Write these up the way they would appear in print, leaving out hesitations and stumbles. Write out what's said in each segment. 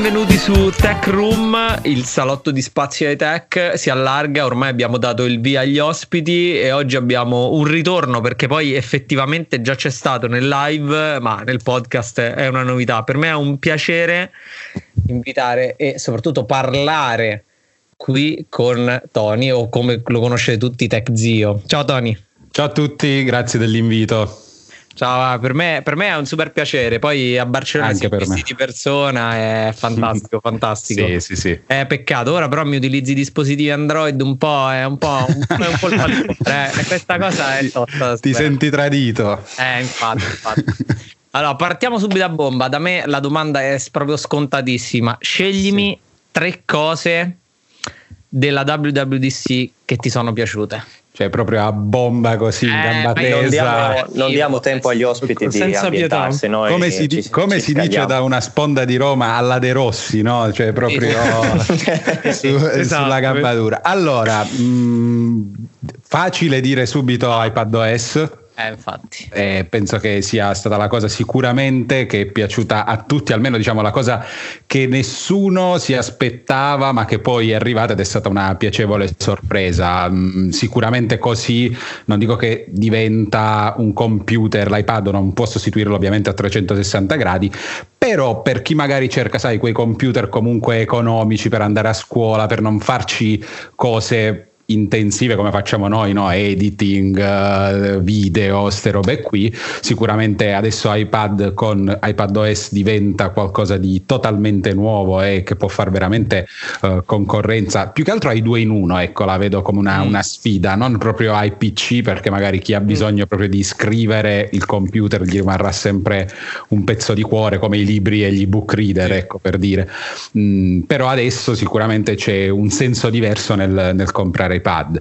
benvenuti su Tech Room, il salotto di Spazio High Tech si allarga, ormai abbiamo dato il via agli ospiti e oggi abbiamo un ritorno perché poi effettivamente già c'è stato nel live, ma nel podcast è una novità. Per me è un piacere invitare e soprattutto parlare qui con Tony, o come lo conoscete tutti, Tech Zio. Ciao Tony. Ciao a tutti, grazie dell'invito. Ciao, per me è un super piacere. Poi a Barcellona si visti di persona, è fantastico, fantastico. Sì. È peccato, ora però mi utilizzi dispositivi Android un po' il palore. Questa cosa è tosta. Ti senti tradito. Infatti. Allora, partiamo subito a bomba. Da me la domanda è proprio scontatissima. Sceglimi 3 cose della WWDC che ti sono piaciute. Cioè proprio a bomba così, in gamba tesa. Non diamo tempo agli ospiti di ambientarsi. Noi come si dice da una sponda di Roma alla De Rossi, no? Cioè proprio sulla gamba dura. Allora, facile dire subito iPadOS. Infatti. Penso che sia stata la cosa sicuramente che è piaciuta a tutti, almeno diciamo la cosa che nessuno si aspettava ma che poi è arrivata ed è stata una piacevole sorpresa. Sicuramente così, non dico che diventa un computer, l'iPad non può sostituirlo ovviamente a 360 gradi, però per chi magari cerca, sai, quei computer comunque economici per andare a scuola, per non farci cose intensive come facciamo noi, no? Editing, video, ste robe qui, sicuramente adesso iPad con iPadOS diventa qualcosa di totalmente nuovo e che può far veramente concorrenza più che altro ai 2 in 1, ecco, la vedo come una sfida, non proprio ai PC, perché magari chi ha bisogno proprio di scrivere, il computer gli rimarrà sempre un pezzo di cuore come i libri e gli ebook reader, ecco, per dire. Però adesso sicuramente c'è un senso diverso nel comprare iPad.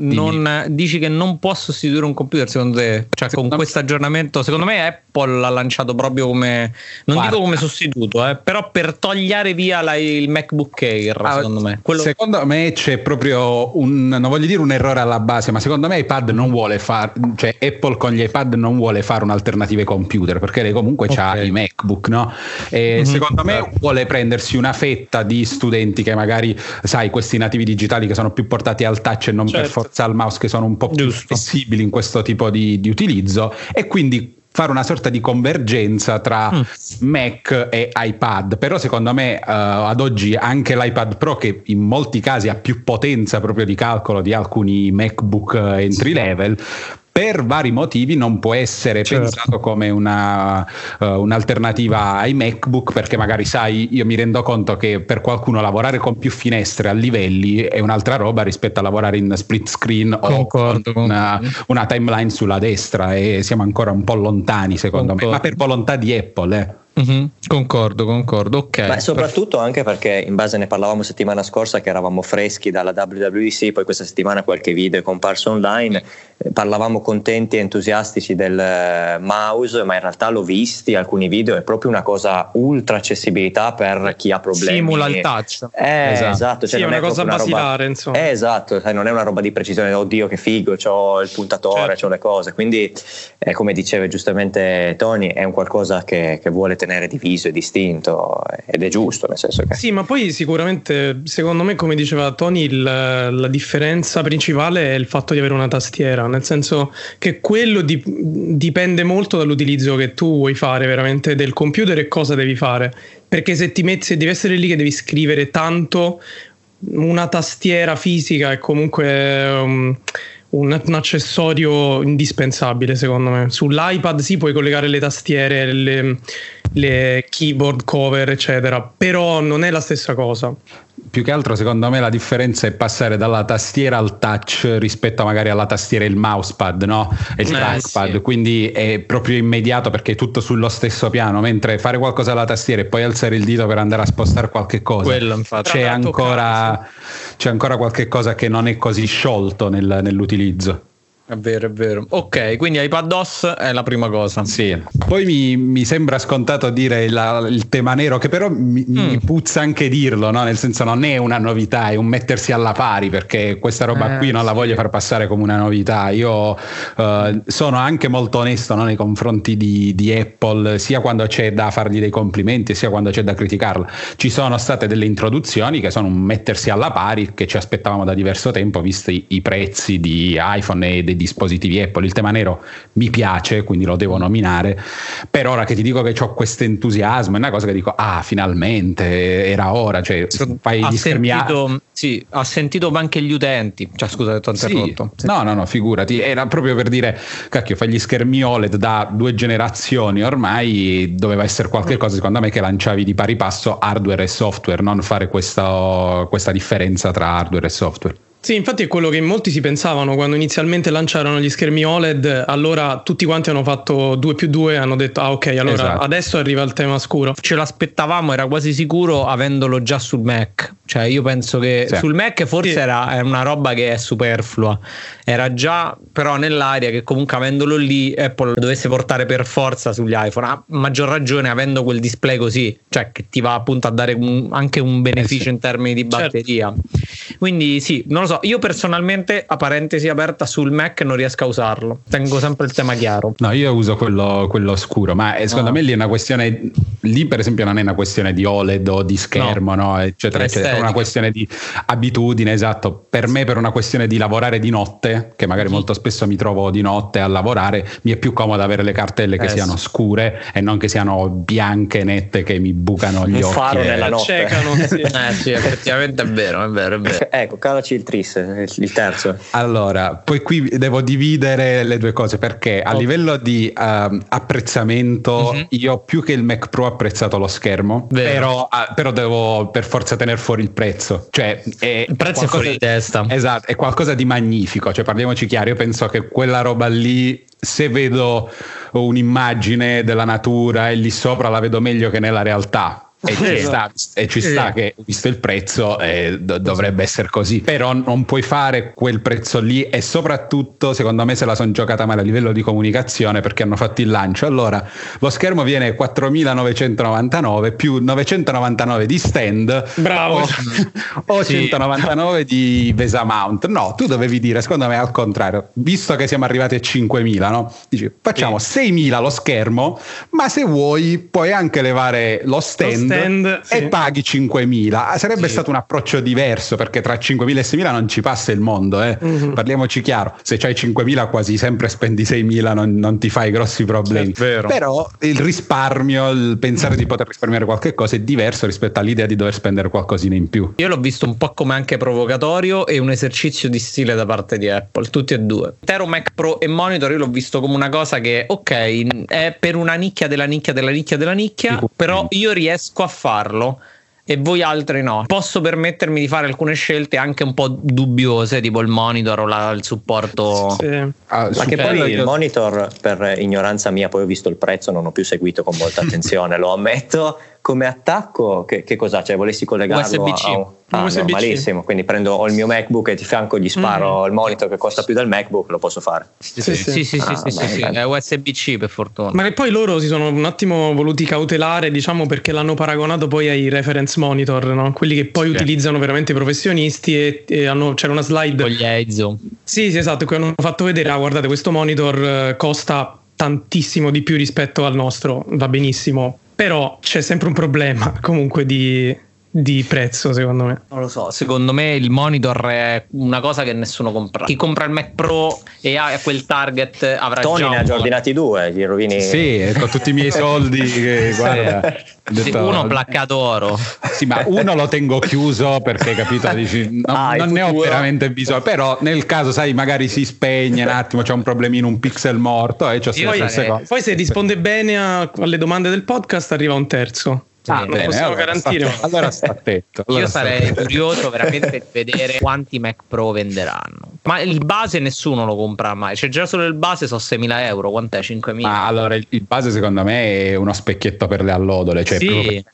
Dici che non può sostituire un computer, secondo te? Cioè, con questo aggiornamento, secondo me Apple l'ha lanciato proprio come, dico come sostituto, però per togliere via il MacBook Air, secondo me. Secondo me c'è proprio non voglio dire un errore alla base, ma secondo me iPad non vuole cioè Apple con gli iPad non vuole fare un'alternativa ai computer, perché lei comunque c'ha i MacBook, no? E secondo me vuole prendersi una fetta di studenti che magari, sai, questi nativi digitali che sono più portati al touch e non per forza al mouse, che sono un po' più flessibili in questo tipo di utilizzo, e quindi fare una sorta di convergenza tra Mac e iPad. Però secondo me ad oggi anche l'iPad Pro, che in molti casi ha più potenza proprio di calcolo di alcuni MacBook entry level, per vari motivi non può essere pensato come un'alternativa ai MacBook, perché magari, sai, io mi rendo conto che per qualcuno lavorare con più finestre a livelli è un'altra roba rispetto a lavorare in split screen o con una timeline sulla destra, e siamo ancora un po' lontani secondo me, ma per volontà di Apple. Concordo, ok. Ma soprattutto anche perché, in base, ne parlavamo settimana scorsa che eravamo freschi dalla WWDC, poi questa settimana qualche video è comparso online, parlavamo contenti e entusiastici del mouse, ma in realtà l'ho visti alcuni video, è proprio una cosa ultra accessibilità per chi ha problemi. Simula il touch. Esatto, cioè sì, non è una cosa basilare, insomma. Esatto, non è una roba di precisione, oddio che figo, c'ho il puntatore, c'ho le cose, quindi come diceva giustamente Tony, è un qualcosa che vuole tenere diviso e distinto, ed è giusto, nel senso che sì, ma poi sicuramente secondo me, come diceva Tony, la differenza principale è il fatto di avere una tastiera, nel senso che quello dipende molto dall'utilizzo che tu vuoi fare veramente del computer e cosa devi fare, perché se devi essere lì che devi scrivere tanto, una tastiera fisica è comunque un accessorio indispensabile, secondo me. Sull'iPad sì, puoi collegare le tastiere, le keyboard cover eccetera, però non è la stessa cosa. Più che altro secondo me la differenza è passare dalla tastiera al touch rispetto magari alla tastiera e il mousepad, no? E il trackpad, sì. Quindi è proprio immediato perché è tutto sullo stesso piano, mentre fare qualcosa alla tastiera e poi alzare il dito per andare a spostare qualche cosa, quello, infatti, c'è ancora qualche cosa che non è così sciolto nell'utilizzo. È vero. Ok, quindi iPadOS è la prima cosa. Sì. Poi mi sembra scontato dire il tema nero, che però mi puzza anche dirlo, no? Nel senso, non è una novità, è un mettersi alla pari, perché questa roba qui non la voglio far passare come una novità. Io sono anche molto onesto, no, nei confronti di Apple, sia quando c'è da fargli dei complimenti sia quando c'è da criticarla. Ci sono state delle introduzioni che sono un mettersi alla pari, che ci aspettavamo da diverso tempo, visti i prezzi di iPhone e dei dispositivi Apple. Il tema nero mi piace, quindi lo devo nominare. Per ora che ti dico che ho questo entusiasmo, è una cosa che dico, finalmente era ora, cioè fai gli schermi. Sì, ha sentito anche gli utenti. Cioè, scusa, ti ho interrotto. Sì. No, figurati, era proprio per dire, cacchio, fai gli schermi OLED da 2 generazioni ormai, doveva essere qualche cosa, secondo me, che lanciavi di pari passo hardware e software, non fare questa differenza tra hardware e software. Sì, infatti è quello che molti si pensavano quando inizialmente lanciarono gli schermi OLED. Allora tutti quanti hanno fatto 2+2 e hanno detto ok, allora adesso arriva il tema scuro. Ce l'aspettavamo, era quasi sicuro, avendolo già sul Mac. Cioè io penso che sul Mac forse era una roba che è superflua, era già però nell'aria che comunque avendolo lì Apple lo dovesse portare per forza sugli iPhone, a maggior ragione avendo quel display così, cioè che ti va appunto a dare anche un beneficio in termini di batteria. Quindi sì, non lo so, io personalmente, a parentesi aperta, sul Mac non riesco a usarlo, tengo sempre il tema chiaro. No, io uso quello scuro, ma secondo me lì è una questione, lì per esempio non è una questione di OLED o di schermo, no eccetera, eccetera, è una questione di abitudine. Esatto, per me, per una questione di lavorare di notte, che magari molto spesso mi trovo di notte a lavorare, mi è più comodo avere le cartelle che siano scure e non che siano bianche, nette, che mi bucano gli occhi. Faro nella notte. Sì, effettivamente è vero. Ecco, calaci il tris, il terzo. Allora, poi qui devo dividere le due cose, perché a livello di apprezzamento io più che il Mac Pro ho apprezzato lo schermo, però devo per forza tenere fuori il prezzo, cioè il prezzo è fuori di testa. Esatto, è qualcosa di magnifico, cioè parliamoci chiaro, io penso che quella roba lì, se vedo un'immagine della natura e lì sopra la vedo meglio che nella realtà. E ci sta che, visto il prezzo, dovrebbe essere così, però non puoi fare quel prezzo lì, e soprattutto secondo me se la sono giocata male a livello di comunicazione, perché hanno fatto il lancio, allora lo schermo viene 4.999 più 999 di stand, bravo, o 199 di VESA mount. No, tu dovevi dire, secondo me al contrario, visto che siamo arrivati a 5.000, no? Dici, facciamo 6.000 lo schermo, ma se vuoi puoi anche levare lo stand e paghi 5.000. Sarebbe stato un approccio diverso, perché tra 5.000 e 6.000 non ci passa il mondo, parliamoci chiaro, se c'hai 5.000 quasi sempre spendi 6.000, non ti fai grossi problemi. Però il risparmio, il pensare di poter risparmiare qualche cosa è diverso rispetto all'idea di dover spendere qualcosina in più. Io l'ho visto un po' come anche provocatorio e un esercizio di stile da parte di Apple, tutti e due. Intero Mac Pro e monitor io l'ho visto come una cosa che ok, è per una nicchia della nicchia, però io riesco a farlo e voi altri no. Posso permettermi di fare alcune scelte anche un po' dubbiose, tipo il monitor o il supporto. Ma che poi il monitor, per ignoranza mia, poi ho visto il prezzo, non ho più seguito con molta attenzione, lo ammetto. Come attacco che cosa c'è? Volessi collegarlo USB-C. USB-C. Malissimo, quindi ho il mio MacBook e di fianco gli sparo il monitor che costa più del MacBook, lo posso fare. Sì, è USB-C per fortuna. Ma che poi loro si sono un attimo voluti cautelare, diciamo, perché l'hanno paragonato poi ai reference monitor, no? Quelli che poi utilizzano veramente i professionisti, e c'era una slide con gli Eizo. Sì, esatto, qui hanno fatto vedere, guardate, questo monitor costa tantissimo di più rispetto al nostro, va benissimo, però c'è sempre un problema comunque di prezzo, secondo me. Non lo so, secondo me il monitor è una cosa che nessuno compra. Chi compra il Mac Pro e ha quel target avrà Tony già ne ha già ordinati 2, gli rovini. Sì, con tutti i miei soldi che, guarda, uno placcato oro. Sì, ma uno lo tengo chiuso perché, capito, dici, non ne ho veramente bisogno, però nel caso, sai, magari si spegne un attimo, c'è un problemino, un pixel morto, e poi se risponde bene alle domande del podcast arriva un terzo. Non possiamo garantire. Allora sta attento. Io sarei curioso veramente di vedere quanti Mac Pro venderanno. Ma il base nessuno lo compra mai. Cioè già solo il base sono 6.000 euro. Quant'è? 5.000? Ma allora il base secondo me è uno specchietto per le allodole. Cioè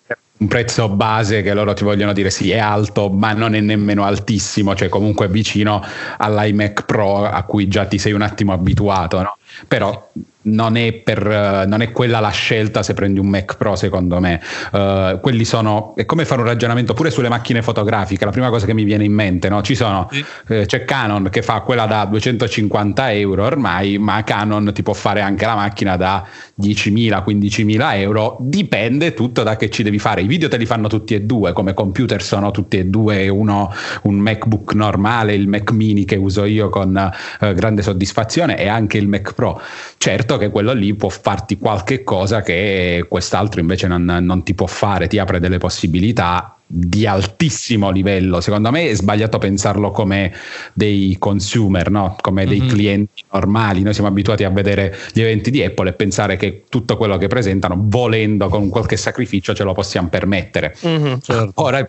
un prezzo base che loro ti vogliono dire sì è alto ma non è nemmeno altissimo, cioè comunque vicino all'iMac Pro a cui già ti sei un attimo abituato, no? Però non è quella la scelta se prendi un Mac Pro, secondo me. Quelli sono, è come fare un ragionamento pure sulle macchine fotografiche, la prima cosa che mi viene in mente, no? C'è Canon che fa quella da 250 euro ormai, ma Canon ti può fare anche la macchina da 10.000, 15.000 euro, dipende tutto da che ci devi fare. I video te li fanno tutti e due, come computer sono tutti e due, uno un MacBook normale, il Mac mini che uso io con grande soddisfazione, e anche il Mac Pro. Certo che quello lì può farti qualche cosa che quest'altro invece non ti può fare, ti apre delle possibilità di altissimo livello. Secondo me è sbagliato pensarlo come dei consumer, no? Come dei clienti normali. Noi siamo abituati a vedere gli eventi di Apple e pensare che tutto quello che presentano, volendo con qualche sacrificio, ce lo possiamo permettere. Certo. Ora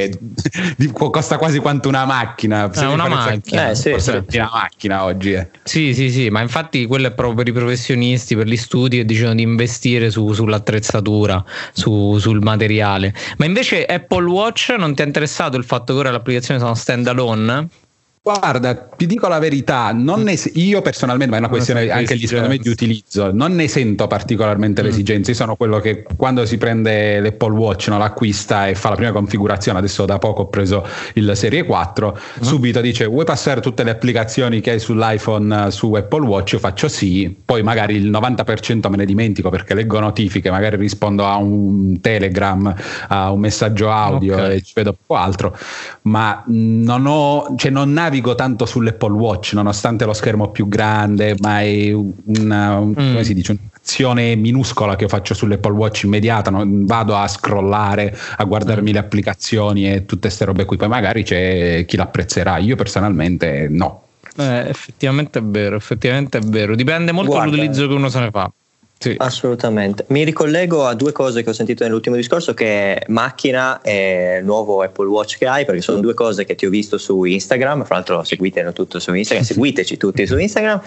costa quasi quanto una macchina, una macchina. Una macchina oggi. Sì, ma infatti quello è proprio per i professionisti, per gli studi che decidono di investire sull'attrezzatura, sul materiale. Ma invece Apple Watch, non ti è interessato il fatto che ora le applicazioni sono stand alone? Guarda, ti dico la verità, io personalmente, ma è una questione anche lì secondo me di utilizzo, non ne sento particolarmente l'esigenza. Io sono quello che quando si prende l'Apple Watch, no, l'acquista e fa la prima configurazione, adesso da poco ho preso il Serie 4, subito dice vuoi passare tutte le applicazioni che hai sull'iPhone su Apple Watch? Io faccio sì, poi magari il 90% me ne dimentico perché leggo notifiche, magari rispondo a un Telegram, a un messaggio audio e ci vedo poco altro, ma non navigo tanto sull'Apple Watch nonostante lo schermo più grande, ma è come si dice, un'azione minuscola che io faccio sull'Apple Watch immediata, non vado a scrollare, a guardarmi le applicazioni e tutte ste robe qui, poi magari c'è chi l'apprezzerà, io personalmente no. Effettivamente è vero, dipende molto dall'utilizzo che uno se ne fa. Sì. Assolutamente. Mi ricollego a due cose che ho sentito nell'ultimo discorso, che è macchina e il nuovo Apple Watch che hai, perché sono due cose che ti ho visto su Instagram. Fra l'altro seguiteci tutti su Instagram.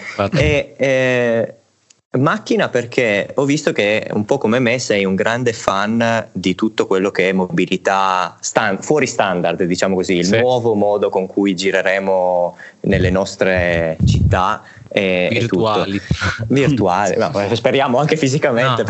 E macchina, perché ho visto che un po' come me sei un grande fan di tutto quello che è mobilità fuori standard, diciamo così, il nuovo modo con cui gireremo nelle nostre città virtuali, ma speriamo anche fisicamente,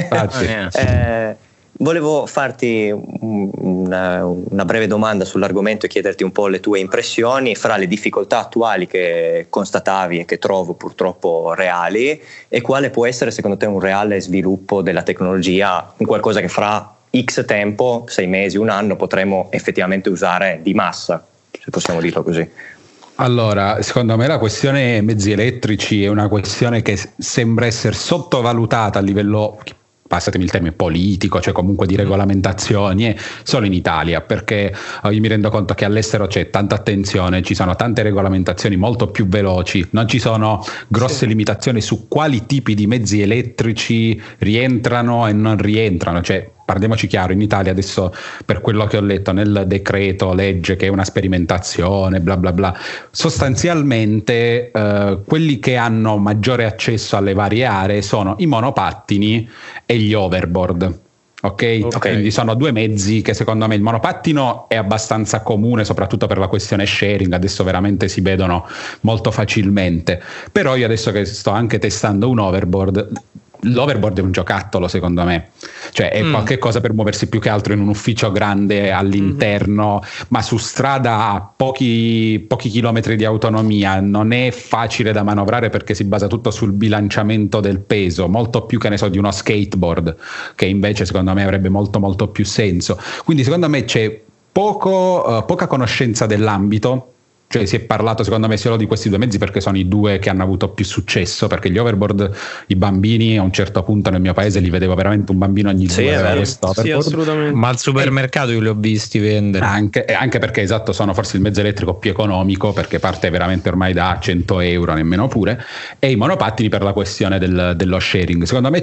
volevo farti una breve domanda sull'argomento e chiederti un po' le tue impressioni fra le difficoltà attuali che constatavi e che trovo purtroppo reali, e quale può essere secondo te un reale sviluppo della tecnologia, un qualcosa che fra X tempo, 6 mesi, un anno, potremo effettivamente usare di massa, se possiamo dirlo così. Allora, secondo me la questione mezzi elettrici è una questione che sembra essere sottovalutata a livello, passatemi il termine, politico, cioè comunque di regolamentazioni, solo in Italia, perché io mi rendo conto che all'estero c'è tanta attenzione, ci sono tante regolamentazioni molto più veloci, non ci sono grosse limitazioni su quali tipi di mezzi elettrici rientrano e non rientrano, cioè parliamoci chiaro, in Italia adesso, per quello che ho letto nel decreto legge che è una sperimentazione bla bla bla, sostanzialmente quelli che hanno maggiore accesso alle varie aree sono i monopattini e gli overboard. Ok, quindi sono due mezzi che secondo me, il monopattino è abbastanza comune soprattutto per la questione sharing, adesso veramente si vedono molto facilmente, però io adesso che sto anche testando un overboard, l'overboard è un giocattolo secondo me, cioè è qualche cosa per muoversi più che altro in un ufficio grande all'interno, ma su strada a pochi chilometri di autonomia non è facile da manovrare perché si basa tutto sul bilanciamento del peso, molto più che ne so di uno skateboard, che invece secondo me avrebbe molto molto più senso. Quindi secondo me c'è poca conoscenza dell'ambito. Cioè si è parlato secondo me solo di questi due mezzi perché sono i due che hanno avuto più successo, perché gli overboard, i bambini a un certo punto nel mio paese li vedevo veramente un bambino ogni due assolutamente. Ma al supermercato io li ho visti vendere anche perché esatto, sono forse il mezzo elettrico più economico perché parte veramente ormai da 100 euro, nemmeno pure, e i monopattini per la questione dello sharing. Secondo me c'è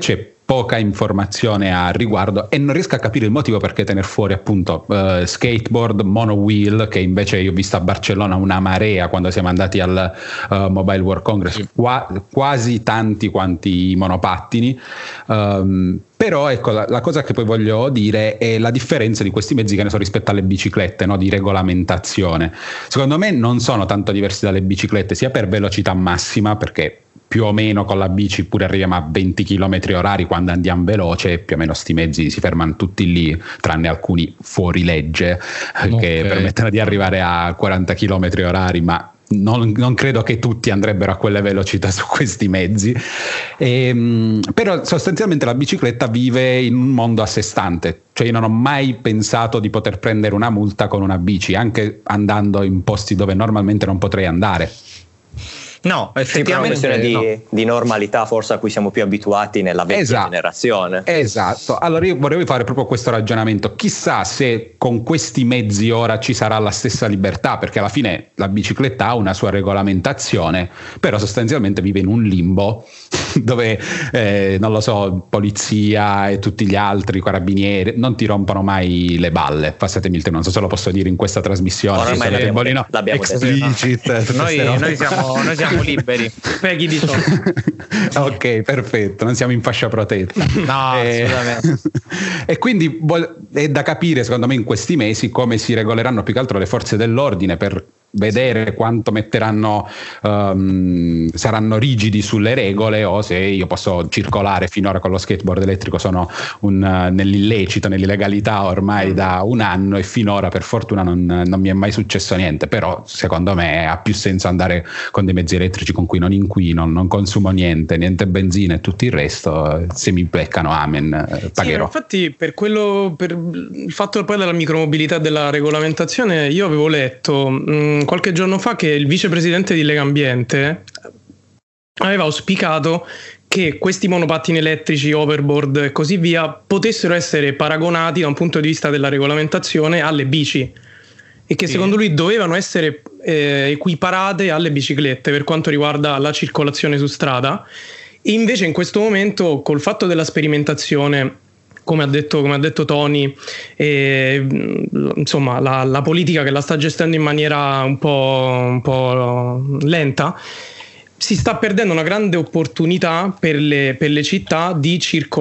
poca informazione a riguardo e non riesco a capire il motivo perché tener fuori appunto skateboard, monowheel, che invece io ho visto a Barcellona una marea quando siamo andati al Mobile World Congress, quasi tanti quanti i monopattini. Però ecco, la cosa che poi voglio dire è la differenza di questi mezzi, che ne so, rispetto alle biciclette, no? Di regolamentazione. Secondo me non sono tanto diversi dalle biciclette, sia per velocità massima, perché più o meno con la bici pure arriviamo a 20 km orari quando andiamo veloce, più o meno sti mezzi si fermano tutti lì, tranne alcuni fuori legge che permettono di arrivare a 40 km orari, ma non credo che tutti andrebbero a quelle velocità su questi mezzi. Però sostanzialmente la bicicletta vive in un mondo a sé stante, cioè io non ho mai pensato di poter prendere una multa con una bici, anche andando in posti dove normalmente non potrei andare. No, effettivamente è una questione di normalità, forse a cui siamo più abituati nella vecchia generazione. Esatto, allora io vorrei fare proprio questo ragionamento, chissà se con questi mezzi ora ci sarà la stessa libertà, perché alla fine la bicicletta ha una sua regolamentazione, però sostanzialmente vive in un limbo dove non lo so, polizia e tutti gli altri carabinieri non ti rompono mai le balle, passatemi il tempo, non so se lo posso dire in questa trasmissione. Ormai l'abbiamo explicit, noi siamo liberi. Peggy 18. Ok, perfetto, non siamo in fascia protetta. No, assolutamente. E quindi è da capire secondo me in questi mesi come si regoleranno più che altro le forze dell'ordine, per vedere quanto metteranno, saranno rigidi sulle regole, o se io posso circolare. Finora con lo skateboard elettrico sono nell'illecito, nell'illegalità ormai da un anno, e finora per fortuna non mi è mai successo niente, però secondo me ha più senso andare con dei mezzi elettrici con cui non inquino, non consumo niente benzina e tutto il resto. Se mi beccano, amen, pagherò. Sì, infatti per il fatto poi della micromobilità, della regolamentazione, io avevo letto qualche giorno fa che il vicepresidente di Legambiente aveva auspicato che questi monopattini elettrici, overboard e così via potessero essere paragonati da un punto di vista della regolamentazione alle bici, e che secondo lui dovevano essere equiparate alle biciclette per quanto riguarda la circolazione su strada. E invece in questo momento, col fatto della sperimentazione, come ha detto Tony, insomma la politica che la sta gestendo in maniera un po' lenta, si sta perdendo una grande opportunità per le città di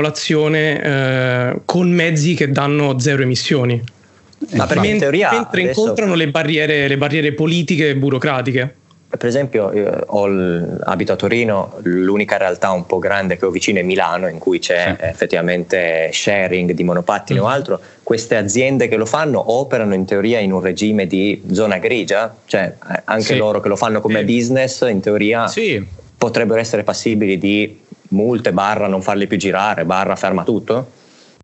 circolazione con mezzi che danno zero emissioni. Ma perché in teoria mentre incontrano le barriere politiche e burocratiche. Per esempio, abito a Torino, l'unica realtà un po' grande che ho vicino è Milano, in cui c'è effettivamente sharing di monopattini o altro. Queste aziende che lo fanno operano in teoria in un regime di zona grigia, cioè anche loro che lo fanno come business in teoria potrebbero essere passibili di multe, non farli più girare, ferma tutto.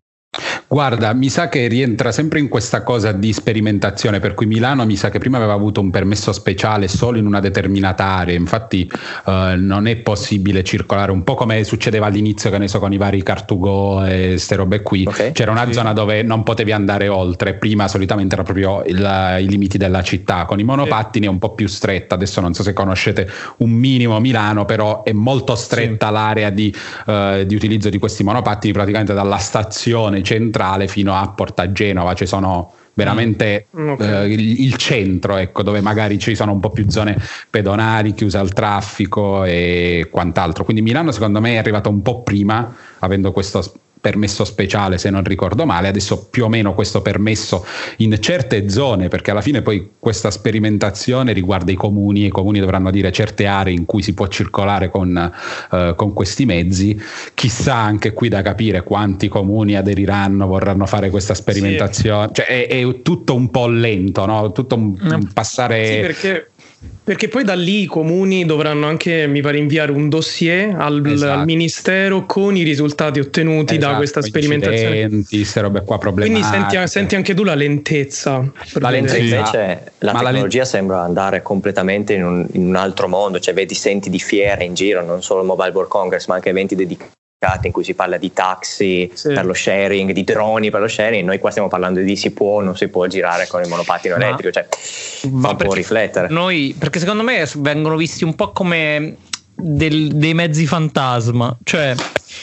Guarda, mi sa che rientra sempre in questa cosa di sperimentazione, per cui Milano mi sa che prima aveva avuto un permesso speciale solo in una determinata area, infatti non è possibile circolare, un po' come succedeva all'inizio, che ne so, con i vari Car2Go e ste robe qui, c'era una zona dove non potevi andare oltre, prima solitamente era proprio i limiti della città, con i monopattini è un po' più stretta, adesso non so se conoscete un minimo Milano, però è molto stretta l'area di utilizzo di questi monopattini, praticamente dalla stazione centrale fino a Porta Genova, ci sono veramente il centro, ecco, dove magari ci sono un po' più zone pedonali, chiuse al traffico e quant'altro. Quindi Milano secondo me è arrivata un po' prima, avendo questo permesso speciale, se non ricordo male. Adesso più o meno questo permesso in certe zone, perché alla fine poi questa sperimentazione riguarda i comuni dovranno dire certe aree in cui si può circolare con questi mezzi. Chissà anche qui da capire quanti comuni aderiranno, vorranno fare questa sperimentazione, cioè è tutto un po' lento, no? Tutto un passare. Sì, perché poi da lì i comuni dovranno anche, mi pare, inviare un dossier al ministero con i risultati ottenuti da questa sperimentazione. Queste robe qua problematiche. Quindi senti anche tu la lentezza. Invece la tecnologia sembra andare completamente in un altro mondo, cioè senti di fiere in giro, non solo il Mobile World Congress, ma anche eventi dedicati in cui si parla di taxi per lo sharing, di droni per lo sharing. Noi qua stiamo parlando di si può o non si può girare con il monopattino elettrico, cioè fa un po' riflettere. Perché secondo me vengono visti un po' come dei mezzi fantasma, cioè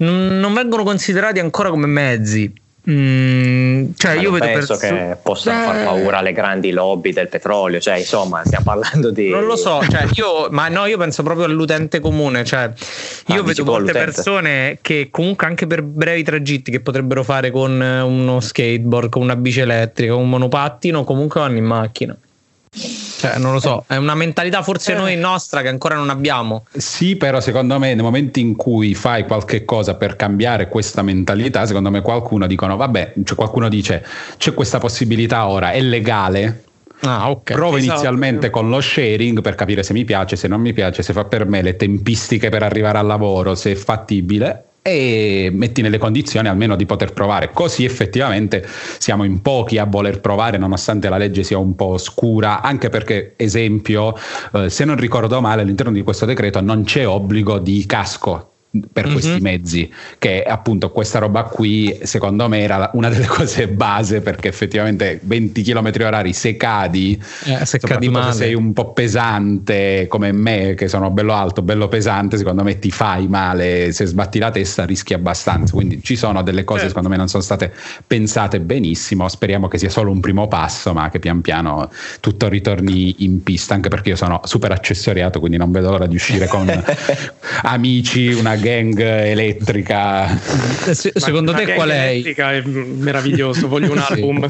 non vengono considerati ancora come mezzi. Cioè io vedo penso che possano far paura alle grandi lobby del petrolio, cioè insomma stiamo parlando di, non lo so, cioè io penso proprio all'utente comune, cioè io vedo molte persone che comunque anche per brevi tragitti che potrebbero fare con uno skateboard, con una bici elettrica, un monopattino, comunque vanno in macchina. Cioè, non lo so, è una mentalità forse noi nostra che ancora non abbiamo. Sì, però secondo me nel momento in cui fai qualche cosa per cambiare questa mentalità, secondo me qualcuno dice c'è questa possibilità ora, è legale. Okay. Provo inizialmente con lo sharing per capire se mi piace, se non mi piace, se fa per me, le tempistiche per arrivare al lavoro, se è fattibile, e metti nelle condizioni almeno di poter provare. Così effettivamente siamo in pochi a voler provare, nonostante la legge sia un po' scura, anche perché, esempio, se non ricordo male, all'interno di questo decreto non c'è obbligo di casco per questi mezzi, che appunto questa roba qui secondo me era una delle cose base, perché effettivamente 20 km/h se cadi, male, se sei un po' pesante come me, che sono bello alto, bello pesante, secondo me ti fai male, se sbatti la testa rischi abbastanza. Quindi ci sono delle cose secondo me non sono state pensate benissimo. Speriamo che sia solo un primo passo, ma che pian piano tutto ritorni in pista, anche perché io sono super accessoriato, quindi non vedo l'ora di uscire con amici, una gang elettrica. Secondo te qual è? Elettrica è meraviglioso, voglio un album.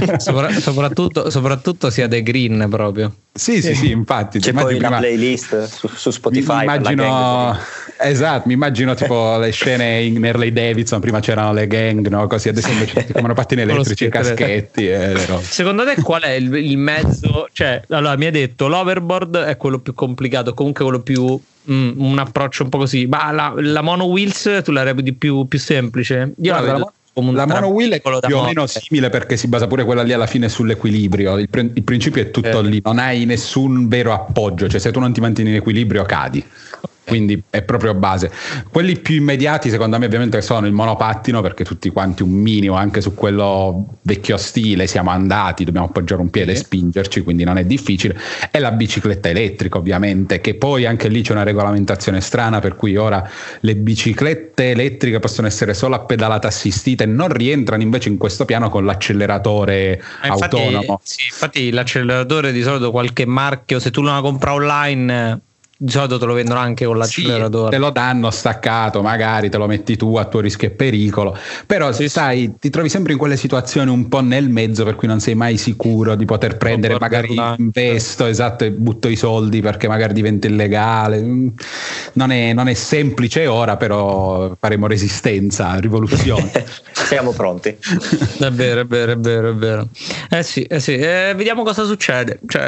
soprattutto sia The Green proprio. Sì, infatti. C'è poi una playlist su Spotify. Mi immagino tipo le scene in Harley Davidson, prima c'erano le gang, no? Così adesso invece si chiamano pattini elettrici e caschetti. Secondo te qual è il mezzo? Cioè, allora mi hai detto l'overboard è quello più complicato, comunque quello più un approccio un po' così, ma la mono wheels tu la reputi più semplice? Io la vedo la mono wheel è più o meno simile, perché si basa pure quella lì alla fine sull'equilibrio. Il principio è tutto lì, non hai nessun vero appoggio, cioè se tu non ti mantieni in equilibrio cadi. Quindi è proprio base. Quelli più immediati secondo me ovviamente sono il monopattino, perché tutti quanti un minimo, anche su quello vecchio stile siamo andati, dobbiamo appoggiare un piede e spingerci, quindi non è difficile, e la bicicletta elettrica ovviamente, che poi anche lì c'è una regolamentazione strana, per cui ora le biciclette elettriche possono essere solo a pedalata assistita e non rientrano invece in questo piano con l'acceleratore autonomo. Sì, infatti l'acceleratore di solito qualche marchio, se tu lo compra online, di solito te lo vendono anche con l'acceleratore. Te lo danno staccato, magari te lo metti tu a tuo rischio e pericolo, però sai, ti trovi sempre in quelle situazioni un po' nel mezzo, per cui non sei mai sicuro di poter prendere, magari investo, e butto i soldi perché magari diventa illegale. Non è semplice ora, però faremo resistenza, rivoluzione. Siamo pronti. È vero. Sì. Vediamo cosa succede. Cioè,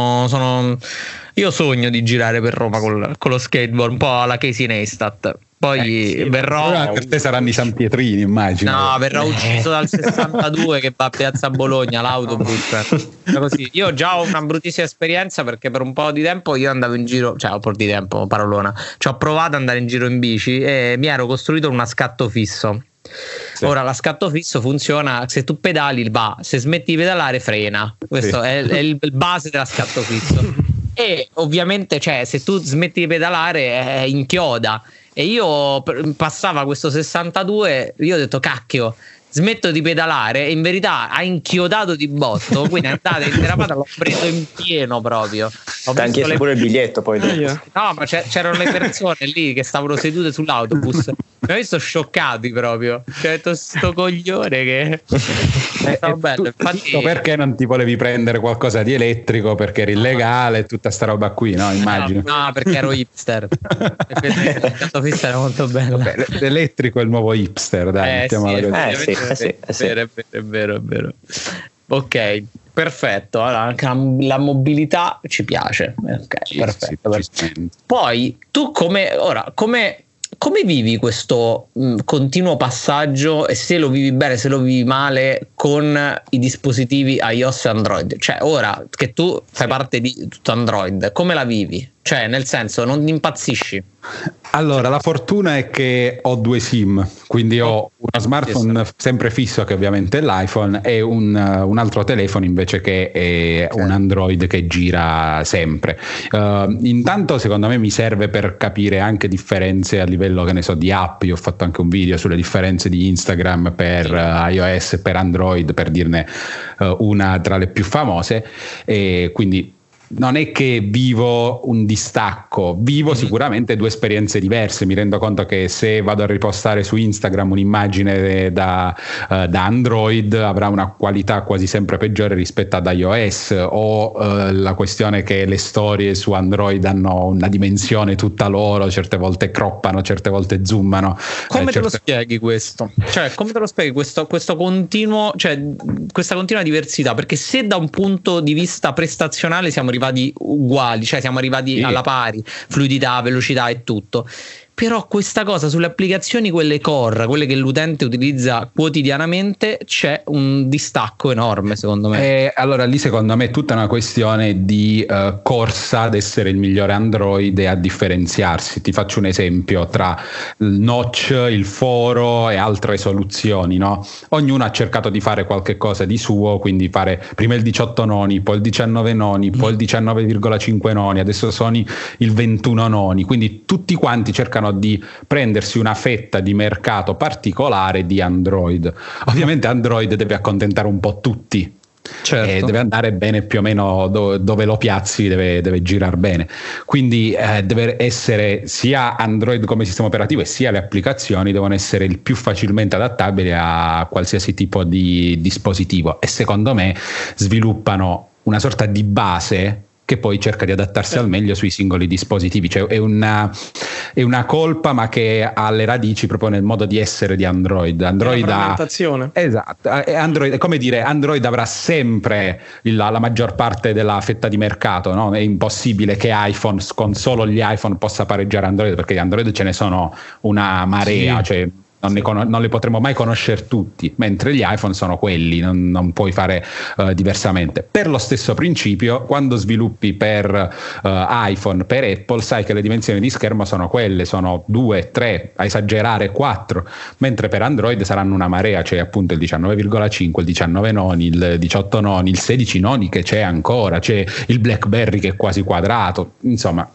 io sogno di girare per Roma con lo skateboard, un po' alla Casey Neistat. Poi verrò. Per te saranno i San Pietrini, immagino. No, verrò ucciso dal 62 che va a Piazza Bologna, l'autobus. Così. Io già ho una bruttissima esperienza, perché per un po' di tempo io andavo in giro, cioè un po' di tempo, parolona. Ci ho provato ad andare in giro in bici e mi ero costruito una scatto fisso. Sì. Ora la scatto fisso funziona, se tu pedali va, se smetti di pedalare frena. Questo è il base della scatto fisso. E ovviamente, cioè, se tu smetti di pedalare inchioda. E io passava questo 62, io ho detto cacchio, smetto di pedalare, e in verità ha inchiodato di botto, quindi è andata in derapata, l'ho preso in pieno proprio. Ti hanno chiesto pure il biglietto poi. No, ma c'erano le persone lì che stavano sedute sull'autobus, mi ho visto scioccati proprio, cioè ho detto sto coglione che bello. Infatti, perché non ti volevi prendere qualcosa di elettrico, perché eri illegale, tutta sta roba qui, no? Immagino. No, perché ero hipster. Era molto bello. Vabbè, l'elettrico è il nuovo hipster, dai, è vero. Ok, perfetto. Allora, anche la mobilità ci piace. Ok, perfetto. Poi tu come vivi questo continuo passaggio, e se lo vivi bene, se lo vivi male, con i dispositivi iOS e Android? Cioè, ora che tu fai parte di tutto Android, come la vivi? Cioè, nel senso, non impazzisci? Allora, la fortuna è che ho 2 SIM, quindi ho uno smartphone sempre fisso che ovviamente è l'iPhone e un altro telefono invece che è un Android che gira sempre. Intanto secondo me mi serve per capire anche differenze a livello, che ne so, di app. Io ho fatto anche un video sulle differenze di Instagram per iOS e per Android, per dirne una tra le più famose, e quindi non è che vivo un distacco, vivo sicuramente 2 esperienze diverse. Mi rendo conto che se vado a ripostare su Instagram un'immagine da Android avrà una qualità quasi sempre peggiore rispetto ad iOS, o la questione che le storie su Android hanno una dimensione tutta loro, certe volte croppano, certe volte zoomano. Come te lo spieghi questo? Cioè, come te lo spieghi questo continuo, cioè questa continua diversità? Perché se da un punto di vista prestazionale siamo arrivati uguali, cioè siamo arrivati alla pari, fluidità, velocità e tutto, però questa cosa sulle applicazioni, quelle core, quelle che l'utente utilizza quotidianamente, c'è un distacco enorme secondo me. Allora lì secondo me è tutta una questione di corsa ad essere il migliore Android e a differenziarsi. Ti faccio un esempio tra il notch, il foro e altre soluzioni, no? Ognuno ha cercato di fare qualche cosa di suo, quindi fare prima il 18 noni, poi il 19 noni, poi il 19,5 noni, adesso sono il 21 noni, quindi tutti quanti cercano di prendersi una fetta di mercato particolare di Android. Ovviamente Android deve accontentare un po' tutti, e deve andare bene più o meno dove lo piazzi, deve girare bene, quindi deve essere sia Android come sistema operativo e sia le applicazioni devono essere il più facilmente adattabili a qualsiasi tipo di dispositivo, e secondo me sviluppano una sorta di base che poi cerca di adattarsi al meglio sui singoli dispositivi. Cioè è una colpa, ma che ha le radici proprio nel modo di essere di Android. Android esatto, Android, come dire, Android avrà sempre la maggior parte della fetta di mercato, no? È impossibile che iPhone, con solo gli iPhone, possa pareggiare Android, perché di Android ce ne sono una marea, cioè non li potremo mai conoscere tutti, mentre gli iPhone sono quelli, non puoi fare diversamente. Per lo stesso principio, quando sviluppi per iPhone, per Apple, sai che le dimensioni di schermo sono quelle, sono 2, 3, a esagerare 4, mentre per Android saranno una marea, c'è appunto il 19,5, il 19 noni, il 18 noni, il 16 noni che c'è ancora, c'è il BlackBerry che è quasi quadrato, insomma.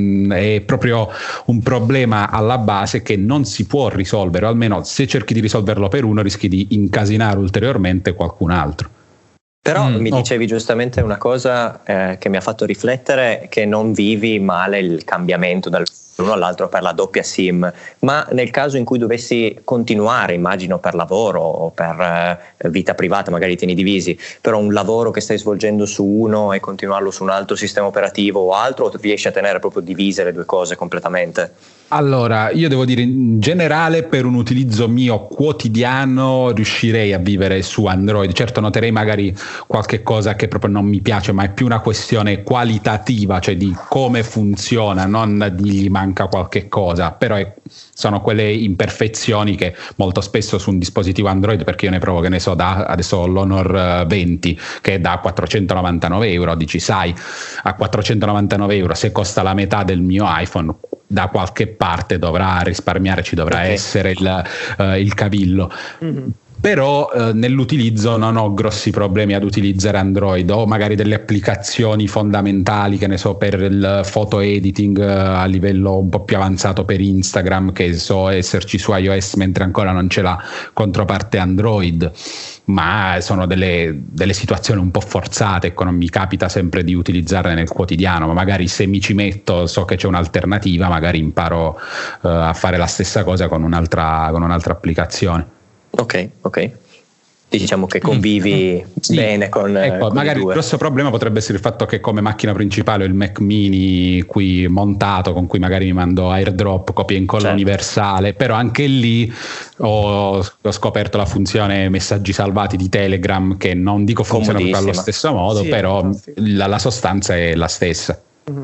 È proprio un problema alla base che non si può risolvere, o almeno se cerchi di risolverlo per uno rischi di incasinare ulteriormente qualcun altro. Però mi dicevi giustamente una cosa che mi ha fatto riflettere, che non vivi male il cambiamento dall'uno all'altro per la doppia SIM, ma nel caso in cui dovessi continuare, immagino per lavoro o per vita privata, magari tieni divisi, però un lavoro che stai svolgendo su uno e continuarlo su un altro sistema operativo o altro, o riesci a tenere proprio divise le due cose completamente? Allora, io devo dire, in generale, per un utilizzo mio quotidiano riuscirei a vivere su Android. Certo, noterei magari qualche cosa che proprio non mi piace, ma è più una questione qualitativa, cioè di come funziona, non di gli manca qualche cosa. Però sono quelle imperfezioni che molto spesso su un dispositivo Android, perché io ne provo, che ne so, adesso ho l'Honor 20 che è da 499 euro, dici, sai, a 499 euro, se costa la metà del mio iPhone, da qualche parte dovrà risparmiare, ci dovrà essere il cavillo. Però nell'utilizzo non ho grossi problemi ad utilizzare Android, o magari delle applicazioni fondamentali, che ne so, per il photo editing a livello un po' più avanzato per Instagram, che so esserci su iOS mentre ancora non c'è la controparte Android, ma sono delle situazioni un po' forzate, ecco, non mi capita sempre di utilizzarle nel quotidiano, ma magari se mi ci metto, so che c'è un'alternativa, magari imparo a fare la stessa cosa con un'altra applicazione. Ok. Diciamo che convivi bene con magari il grosso problema potrebbe essere il fatto che come macchina principale ho il Mac Mini qui montato, con cui magari mi mando AirDrop, copia e incolla universale, però anche lì ho scoperto la funzione messaggi salvati di Telegram, che non dico funziona proprio allo stesso modo, però la sostanza è la stessa.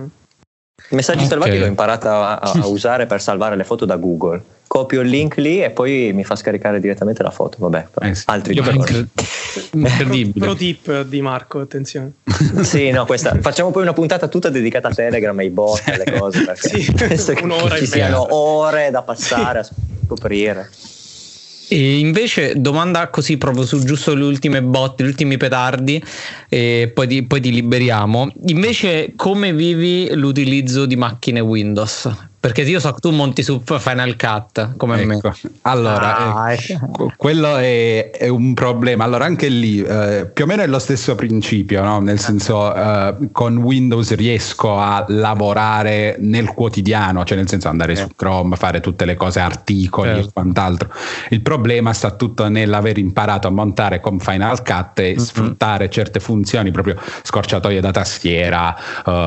Messaggi salvati l'ho imparato a usare per salvare le foto da Google. Copio il link lì e poi mi fa scaricare direttamente la foto. Vabbè, altri Incredibile. Pro tip di Marco, attenzione. Sì, no, facciamo poi una puntata tutta dedicata a Telegram, ai bot, alle cose, perché penso che ci siano ore da passare a scoprire. E invece domanda così proprio su giusto le ultime botte, gli ultimi petardi, e poi ti liberiamo. Invece come vivi l'utilizzo di macchine Windows? Perché io so che tu monti su Final Cut come me. Allora, quello è un problema. Allora anche lì più o meno è lo stesso principio, no? Nel senso con Windows riesco a lavorare nel quotidiano, cioè nel senso andare su Chrome, fare tutte le cose, articoli e quant'altro. Il problema sta tutto nell'aver imparato a montare con Final Cut e sfruttare certe funzioni, proprio scorciatoie da tastiera,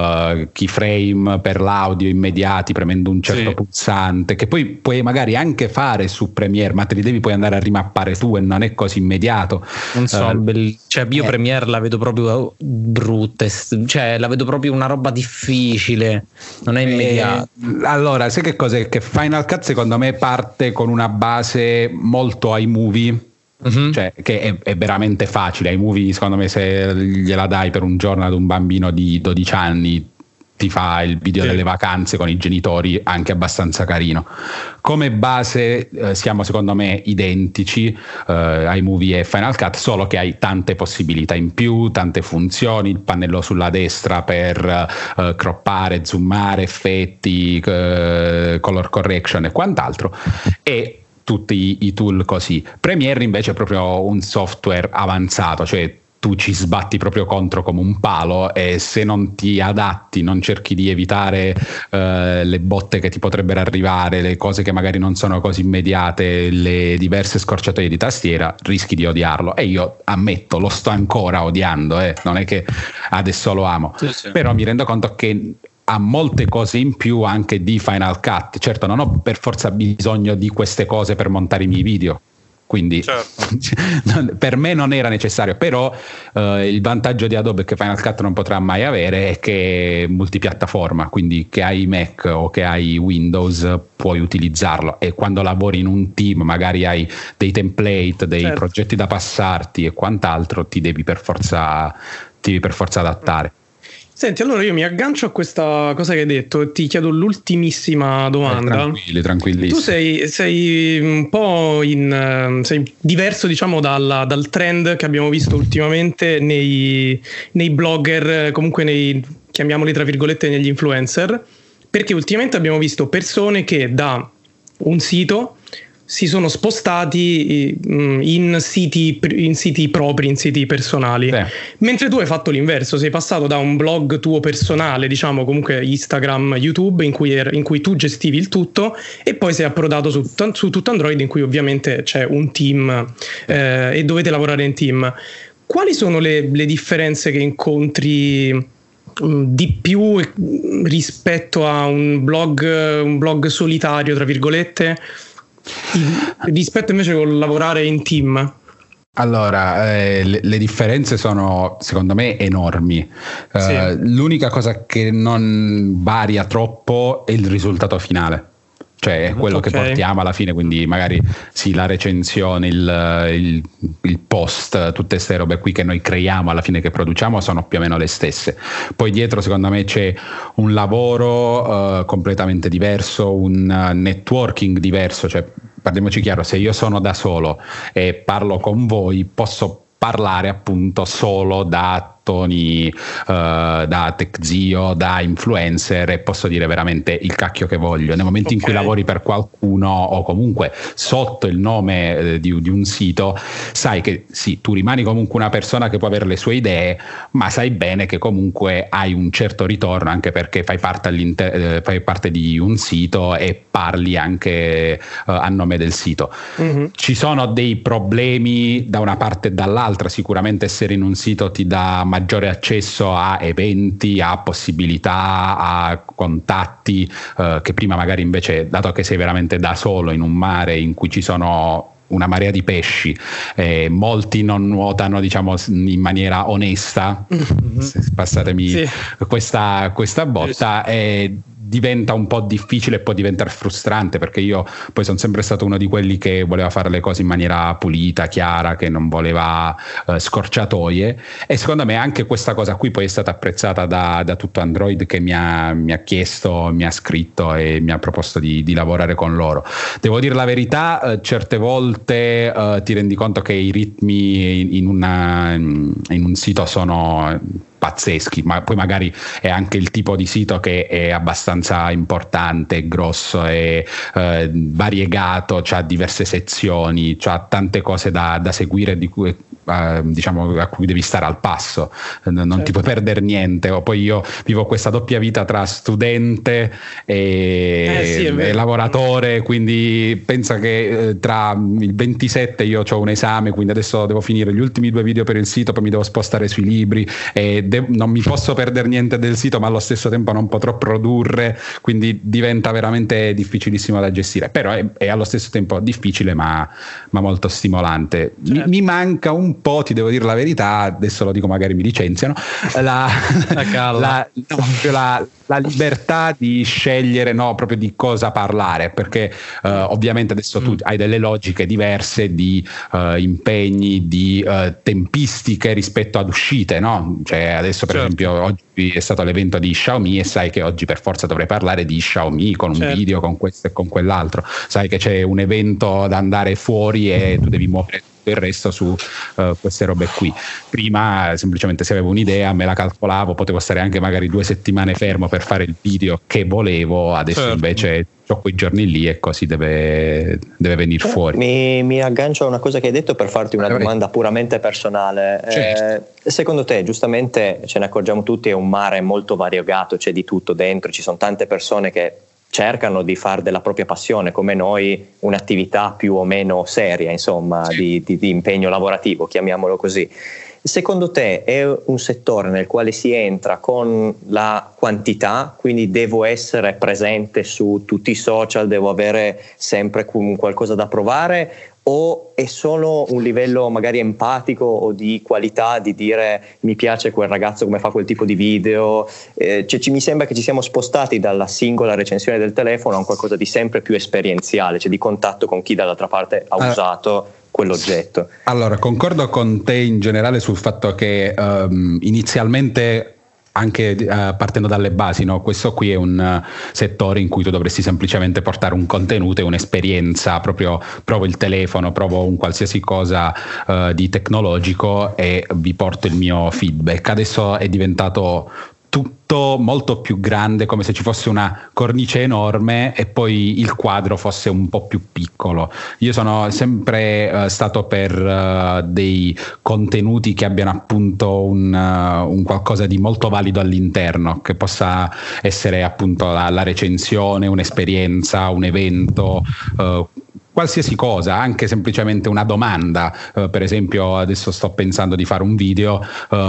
keyframe per l'audio immediati premendo un certo pulsante, che poi puoi magari anche fare su Premiere, ma te li devi poi andare a rimappare tu e non è così immediato. Non so, cioè io Premiere la vedo proprio brutta, cioè la vedo proprio una roba difficile, non è immediata. Allora, sai che cos'è? Che Final Cut secondo me parte con una base molto iMovie. Cioè che è veramente facile. iMovie secondo me se gliela dai per un giorno ad un bambino di 12 anni ti fa il video delle vacanze con i genitori, anche abbastanza carino. Come base siamo secondo me identici, iMovie e Final Cut, solo che hai tante possibilità in più, tante funzioni, il pannello sulla destra per croppare, zoomare, effetti, color correction e quant'altro, e tutti i tool così. Premiere invece è proprio un software avanzato, cioè tu ci sbatti proprio contro come un palo, e se non ti adatti, non cerchi di evitare le botte che ti potrebbero arrivare, le cose che magari non sono così immediate, le diverse scorciatoie di tastiera, rischi di odiarlo. E io ammetto, lo sto ancora odiando, non è che adesso lo amo, però mi rendo conto che ha molte cose in più anche di Final Cut. Certo, non ho per forza bisogno di queste cose per montare i miei video, quindi per me non era necessario, però il vantaggio di Adobe che Final Cut non potrà mai avere è che è multipiattaforma, quindi che hai Mac o che hai Windows puoi utilizzarlo, e quando lavori in un team magari hai dei template, dei progetti da passarti e quant'altro, ti devi per forza adattare. Senti, allora io mi aggancio a questa cosa che hai detto e ti chiedo l'ultimissima domanda. Tranquillissimo. Tu sei un po' sei diverso, diciamo, dal trend che abbiamo visto ultimamente nei blogger, comunque chiamiamoli tra virgolette, negli influencer, perché ultimamente abbiamo visto persone che da un sito si sono spostati in siti propri, in siti personali, mentre tu hai fatto l'inverso, sei passato da un blog tuo personale, diciamo comunque Instagram, YouTube, in cui tu gestivi il tutto, e poi sei approdato su tutto Android, in cui ovviamente c'è un team e dovete lavorare in team. Quali sono le differenze che incontri di più rispetto a un blog solitario, tra virgolette, rispetto invece con lavorare in team? Allora, le differenze sono secondo me enormi. L'unica cosa che non varia troppo è il risultato finale, cioè quello che portiamo alla fine, quindi magari la recensione, il post, tutte queste robe qui che noi creiamo alla fine, che produciamo, sono più o meno le stesse. Poi dietro secondo me c'è un lavoro completamente diverso, un networking diverso, cioè parliamoci chiaro, se io sono da solo e parlo con voi, posso parlare appunto solo da Tony, da TechZio, da influencer, e posso dire veramente il cacchio che voglio. Nel momento in cui lavori per qualcuno o comunque sotto il nome di un sito, sai che sì, tu rimani comunque una persona che può avere le sue idee, ma sai bene che comunque hai un certo ritorno, anche perché fai parte di un sito e parli anche a nome del sito. Ci sono dei problemi da una parte e dall'altra. Sicuramente essere in un sito ti dà maggiore accesso a eventi, a possibilità, a contatti che prima magari invece, dato che sei veramente da solo in un mare in cui ci sono una marea di pesci, molti non nuotano, diciamo, in maniera onesta, passatemi questa botta, diventa un po' difficile e può diventare frustrante, perché io poi sono sempre stato uno di quelli che voleva fare le cose in maniera pulita, chiara, che non voleva scorciatoie, e secondo me anche questa cosa qui poi è stata apprezzata da tutto Android, che mi ha chiesto, mi ha scritto e mi ha proposto di lavorare con loro. Devo dire la verità, certe volte ti rendi conto che i ritmi in un sito sono pazzeschi, ma poi magari è anche il tipo di sito che è abbastanza importante, grosso e variegato, c'ha diverse sezioni, c'ha tante cose da seguire, di cui diciamo a cui devi stare al passo, non ti puoi perdere niente. O poi io vivo questa doppia vita tra studente e lavoratore, quindi pensa che tra il 27 io ho un esame, quindi adesso devo finire gli ultimi 2 video per il sito, poi mi devo spostare sui libri e non mi posso perdere niente del sito, ma allo stesso tempo non potrò produrre, quindi diventa veramente difficilissimo da gestire, però è allo stesso tempo difficile ma molto stimolante. Mi manca un po', ti devo dire la verità, adesso lo dico, magari mi licenziano, la libertà di scegliere, no, proprio di cosa parlare, perché ovviamente adesso tu hai delle logiche diverse di impegni, di tempistiche rispetto ad uscite, no? Cioè adesso per esempio oggi è stato l'evento di Xiaomi e sai che oggi per forza dovrei parlare di Xiaomi con un video, con questo e con quell'altro, sai che c'è un evento da andare fuori e tu devi muovere il resto su queste robe qui. Prima semplicemente se avevo un'idea me la calcolavo, potevo stare anche magari 2 settimane fermo per fare il video che volevo, adesso invece ho quei giorni lì e così deve venire fuori. Mi aggancio a una cosa che hai detto per farti una domanda puramente personale. Secondo te, giustamente ce ne accorgiamo tutti, è un mare molto variegato, c'è di tutto dentro, ci sono tante persone che cercano di fare della propria passione, come noi, un'attività più o meno seria, insomma, di impegno lavorativo, chiamiamolo così. Secondo te è un settore nel quale si entra con la quantità, quindi devo essere presente su tutti i social, devo avere sempre qualcosa da provare, o è solo un livello magari empatico o di qualità di dire mi piace quel ragazzo come fa quel tipo di video? Mi sembra che ci siamo spostati dalla singola recensione del telefono a un qualcosa di sempre più esperienziale, cioè di contatto con chi dall'altra parte ha usato quell'oggetto. Allora, concordo con te in generale sul fatto che inizialmente, anche partendo dalle basi, no? Questo qui è un settore in cui tu dovresti semplicemente portare un contenuto e un'esperienza, proprio provo il telefono, provo un qualsiasi cosa di tecnologico e vi porto il mio feedback. Adesso è diventato tutto molto più grande, come se ci fosse una cornice enorme e poi il quadro fosse un po' più piccolo. Io sono sempre stato per dei contenuti che abbiano appunto un qualcosa di molto valido all'interno, che possa essere appunto la recensione, un'esperienza, un evento, qualsiasi cosa, anche semplicemente una domanda. Per esempio adesso sto pensando di fare un video,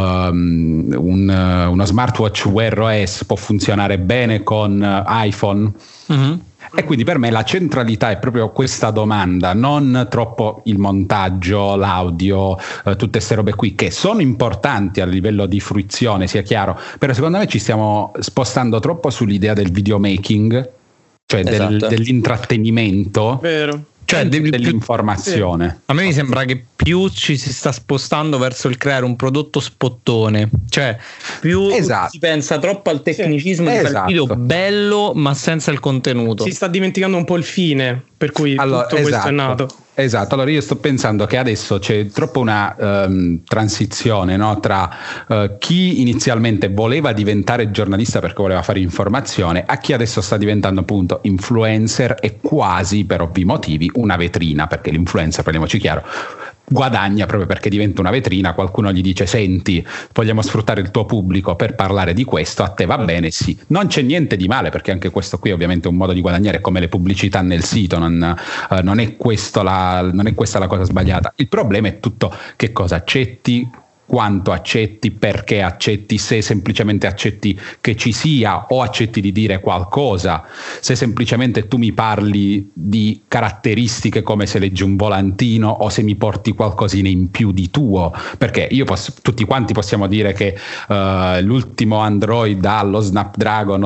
uno smartwatch Wear OS può funzionare bene con iPhone? E quindi per me la centralità è proprio questa domanda, non troppo il montaggio, l'audio, tutte queste robe qui che sono importanti a livello di fruizione, sia chiaro, però secondo me ci stiamo spostando troppo sull'idea del videomaking, cioè dell'intrattenimento. Vero. Cioè dell'informazione. A me mi sembra che più ci si sta spostando verso il creare un prodotto spottone, cioè più si pensa troppo al tecnicismo di fare il video bello ma senza il contenuto. Si sta dimenticando un po' il fine per cui tutto questo è nato. Esatto, allora io sto pensando che adesso c'è troppo una transizione, no, tra chi inizialmente voleva diventare giornalista perché voleva fare informazione a chi adesso sta diventando appunto influencer e quasi, per ovvi motivi, una vetrina, perché l'influencer, parliamoci chiaro, guadagna proprio perché diventa una vetrina. Qualcuno gli dice senti, vogliamo sfruttare il tuo pubblico per parlare di questo, a te va bene, sì, non c'è niente di male, perché anche questo qui ovviamente è un modo di guadagnare come le pubblicità nel sito, non è questa la cosa sbagliata. Il problema è tutto che cosa accetti, quanto accetti, perché accetti, se semplicemente accetti che ci sia o accetti di dire qualcosa, se semplicemente tu mi parli di caratteristiche come se leggi un volantino o se mi porti qualcosina in più di tuo, perché tutti quanti possiamo dire che l'ultimo Android ha lo Snapdragon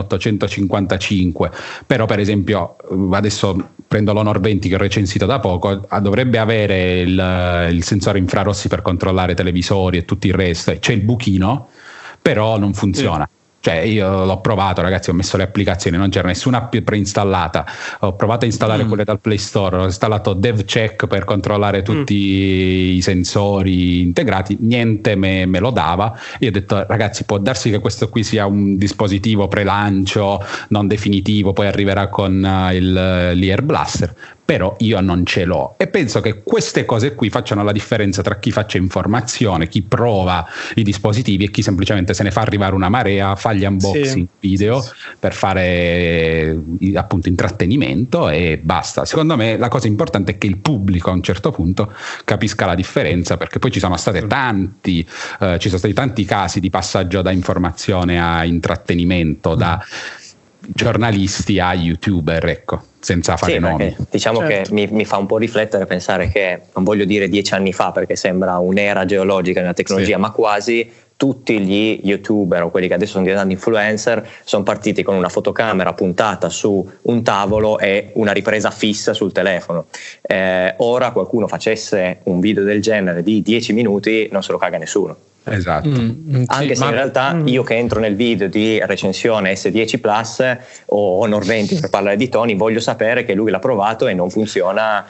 855, però per esempio adesso prendo l'Honor 20 che ho recensito da poco, dovrebbe avere il sensore infrarossi per controllare televisori e tutto il resto, c'è il buchino, però non funziona. Cioè io l'ho provato, ragazzi, ho messo le applicazioni, non c'era nessuna app preinstallata, ho provato a installare quelle dal Play Store, ho installato DevCheck per controllare tutti i sensori integrati, niente me lo dava. Io ho detto, ragazzi, può darsi che questo qui sia un dispositivo pre-lancio non definitivo, poi arriverà con l'Ear Blaster, però io non ce l'ho, e penso che queste cose qui facciano la differenza tra chi faccia informazione, chi prova i dispositivi e chi semplicemente se ne fa arrivare una marea, fa gli unboxing video per fare appunto intrattenimento e basta. Secondo me la cosa importante è che il pubblico a un certo punto capisca la differenza, perché poi ci sono stati tanti casi di passaggio da informazione a intrattenimento, da giornalisti a youtuber, ecco, senza fare nomi. Diciamo che mi fa un po' riflettere pensare che, non voglio dire 10 anni fa perché sembra un'era geologica nella tecnologia, ma quasi tutti gli youtuber o quelli che adesso sono diventati influencer sono partiti con una fotocamera puntata su un tavolo e una ripresa fissa sul telefono. Ora qualcuno facesse un video del genere di 10 minuti non se lo caga nessuno. Esatto. Anche se in realtà io che entro nel video di recensione S10 Plus o Honor 20 per parlare di Tony, voglio sapere che lui l'ha provato e non funziona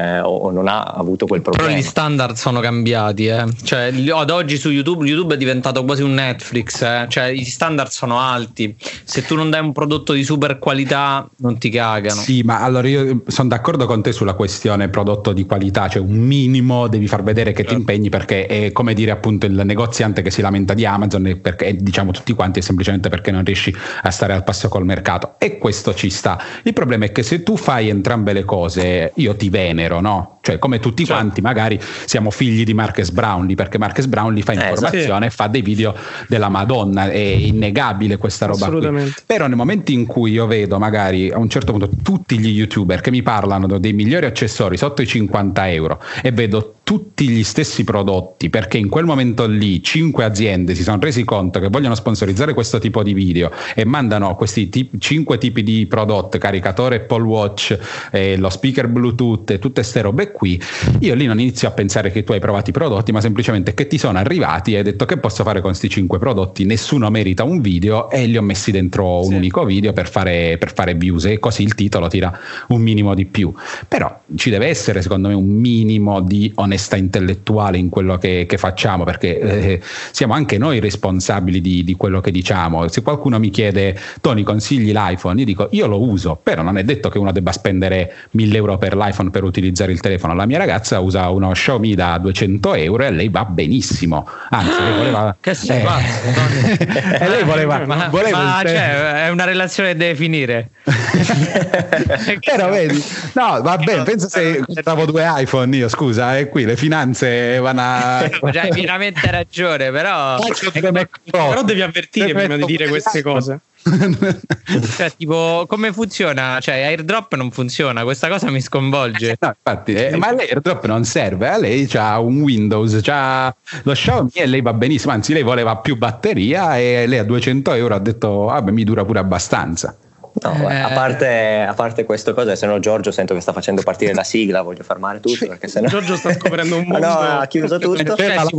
o non ha avuto quel problema. Però gli standard sono cambiati, cioè ad oggi su YouTube è diventato quasi un Netflix, cioè gli standard sono alti, se tu non dai un prodotto di super qualità non ti cagano. Sì, ma allora io sono d'accordo con te sulla questione prodotto di qualità, cioè un minimo devi far vedere che ti impegni, perché è come dire appunto il negoziante che si lamenta di Amazon, perché diciamo tutti quanti è semplicemente perché non riesci a stare al passo col mercato, e questo ci sta. Il problema è che se tu fai entrambe le cose io ti venero, no? Cioè come tutti quanti magari siamo figli di Marques Brownlee, perché Marques Brownlee fa informazione e fa dei video della Madonna, è innegabile questa roba qui. Però nel momento in cui io vedo magari a un certo punto tutti gli youtuber che mi parlano dei migliori accessori sotto i 50 euro e vedo tutti gli stessi prodotti, perché in quel momento lì 5 aziende si sono resi conto che vogliono sponsorizzare questo tipo di video e mandano questi 5 tipi di prodotti, caricatore Apple Watch, lo speaker Bluetooth e tutte ste robe qui, io lì non inizio a pensare che tu hai provato i prodotti, ma semplicemente che ti sono arrivati e hai detto che posso fare con questi 5 prodotti, nessuno merita un video e li ho messi dentro un unico video per fare views, e così il titolo tira un minimo di più. Però ci deve essere secondo me un minimo di onestà intellettuale in quello che facciamo, perché siamo anche noi responsabili di quello che diciamo. Se qualcuno mi chiede Tony consigli l'iPhone, io dico io lo uso, però non è detto che uno debba spendere 1.000 euro per l'iPhone per utilizzare il telefono. La mia ragazza usa uno Xiaomi da 200 euro e lei va benissimo, anzi lei voleva che e lei voleva cioè, è una relazione che deve finire. Però vedi, no va bene, penso se compravo 2 iPhone io, scusa, e qui le finanze vanno a hai pienamente ragione, però devi avvertire prima di dire queste cose. Cioè tipo come funziona? Cioè AirDrop non funziona, questa cosa mi sconvolge. No, infatti, ma l'AirDrop non serve, a lei c'ha un Windows, c'ha lo Xiaomi e lei va benissimo, anzi lei voleva più batteria e lei a 200 euro ha detto vabbè mi dura pure abbastanza. No, a parte queste cose, se no Giorgio sento che sta facendo partire la sigla, voglio fermare tutto perché se no Giorgio sta scoprendo un mondo. No, ha chiuso tutto.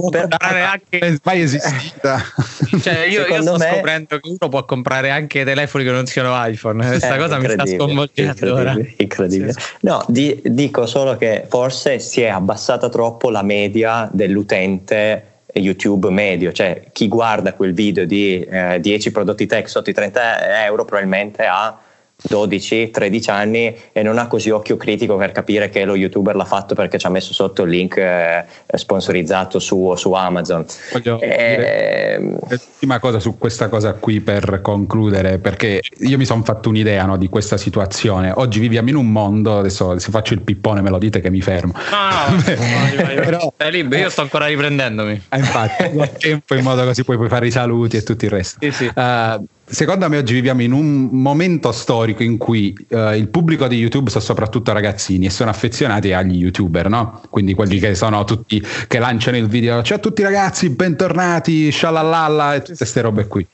Mai esistita. Cioè io sto scoprendo che uno può comprare anche telefoni che non siano iPhone. Questa cosa mi sta sconvolgendo. Incredibile. No, dico solo che forse si è abbassata troppo la media dell'utente YouTube medio, cioè chi guarda quel video di 10 prodotti tech sotto i 30 euro probabilmente ha 12-13 anni e non ha così occhio critico per capire che lo youtuber l'ha fatto perché ci ha messo sotto il link sponsorizzato su Amazon. Voglio dire l'ultima cosa su questa cosa qui per concludere, perché io mi sono fatto un'idea, no, di questa situazione. Oggi viviamo in un mondo, adesso se faccio il pippone me lo dite che mi fermo. Vai. Però stai libero, io sto ancora riprendendomi. Infatti ho tempo, in modo così poi puoi fare i saluti e tutto il resto. Sì. Secondo me oggi viviamo in un momento storico in cui il pubblico di YouTube sono soprattutto ragazzini e sono affezionati agli YouTuber, no? Quindi quelli che sono tutti, che lanciano il video, ciao a tutti ragazzi, bentornati, scialallalla e tutte queste robe qui.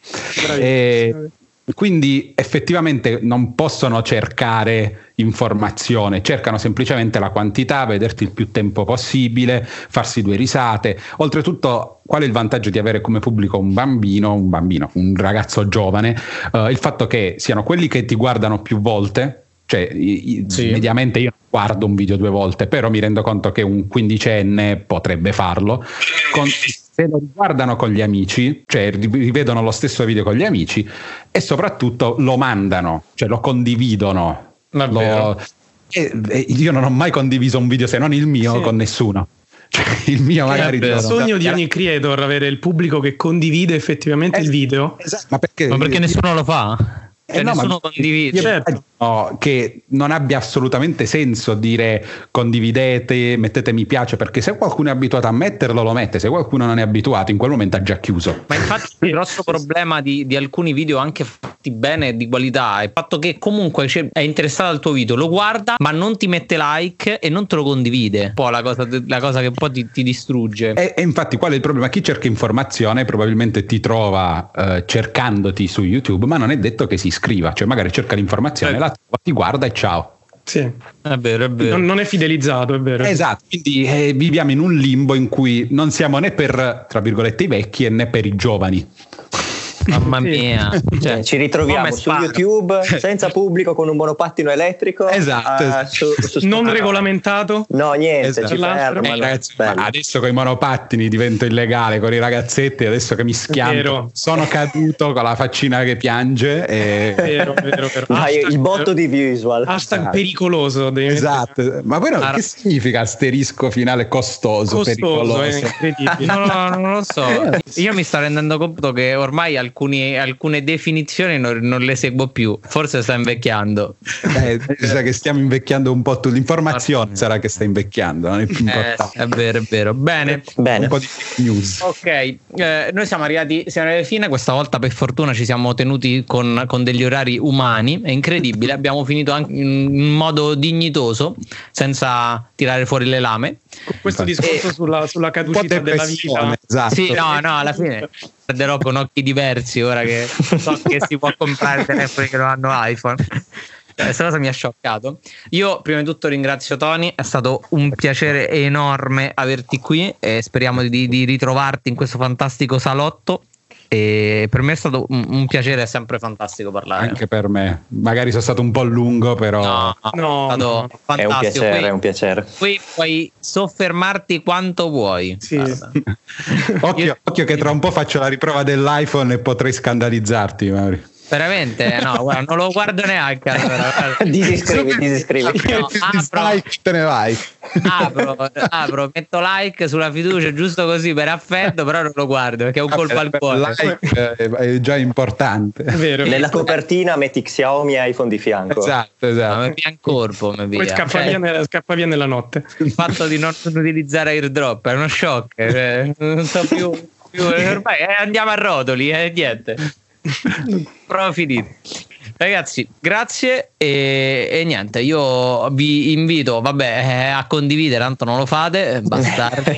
Quindi effettivamente non possono cercare informazione, cercano semplicemente la quantità, vederti il più tempo possibile, farsi 2 risate. Oltretutto, qual è il vantaggio di avere come pubblico un ragazzo giovane? Il fatto che siano quelli che ti guardano più volte, cioè mediamente io guardo un video 2 volte, però mi rendo conto che un 15enne potrebbe farlo. Se lo guardano con gli amici, cioè rivedono lo stesso video con gli amici e soprattutto lo mandano, cioè lo condividono. Io non ho mai condiviso un video, se non il mio, con nessuno. Cioè, il mio magari è il sogno di ogni creator, avere il pubblico che condivide effettivamente il video. Esatto, ma perché nessuno lo fa? Nessuno condivide. Certo. Che non abbia assolutamente senso dire condividete, mettete mi piace, perché se qualcuno è abituato a metterlo lo mette, se qualcuno non è abituato in quel momento ha già chiuso. Ma infatti il grosso problema di alcuni video anche fatti bene e di qualità è il fatto che comunque è interessato al tuo video, lo guarda ma non ti mette like e non te lo condivide. Un po' la cosa che un po' ti distrugge. E infatti qual è il problema? Chi cerca informazione probabilmente ti trova cercandoti su YouTube, ma non è detto che si iscriva, cioè magari cerca l'informazione, ti guarda e ciao. Sì, è vero. Non è fidelizzato, è vero. Esatto, quindi viviamo in un limbo in cui non siamo né per, tra virgolette, i vecchi e né per i giovani. Mamma mia, cioè, ci ritroviamo su YouTube senza pubblico con un monopattino elettrico. Esatto, non regolamentato. No, niente, esatto. Ci fermano. Ragazzi, adesso con i monopattini divento illegale, con i ragazzetti adesso che mi schianto sono caduto con la faccina che piange e... vero. Il botto di visual pericoloso. Esatto, ma poi che significa asterisco finale costoso pericoloso? No, non lo so. Io mi sto rendendo conto che ormai alcune definizioni non le seguo più. Forse sta invecchiando. Sa che stiamo invecchiando un po'. L'informazione sarà che sta invecchiando, non è più importante. È vero. Bene. Un po' di news. Ok, noi siamo arrivati alla fine. Questa volta per fortuna ci siamo tenuti con degli orari umani. È incredibile. Abbiamo finito anche in modo dignitoso, senza tirare fuori le lame. Con questo discorso sulla caducità della vita. Esatto. Sì, no, alla fine guarderò con occhi diversi ora che so che si può comprare telefoni che non hanno iPhone. Questa cosa mi ha scioccato. Io prima di tutto ringrazio Tony, è stato un piacere enorme averti qui e speriamo di ritrovarti in questo fantastico salotto. E per me è stato un piacere, è sempre fantastico parlare. Anche per me, magari sono stato un po' lungo, però no. Fantastico. È un piacere. Qui puoi soffermarti quanto vuoi. Sì. Occhio che tra un po' faccio la riprova dell'iPhone e potrei scandalizzarti, Mauri. Veramente? No, guarda, non lo guardo neanche. Allora. Disiscrivi. No, te ne vai. Apro, metto like sulla fiducia giusto così per affetto, però non lo guardo perché è un colpo al cuore. Like è già importante. È vero. Nella copertina metti Xiaomi e iPhone di fianco. Esatto. No, mi pian corpo, poi scappa via nella notte. Il fatto di non utilizzare AirDrop è uno shock. Non so più ormai andiamo a rotoli niente. Proprio finito. Ragazzi, grazie e niente, io vi invito a condividere, tanto non lo fate, bastardi.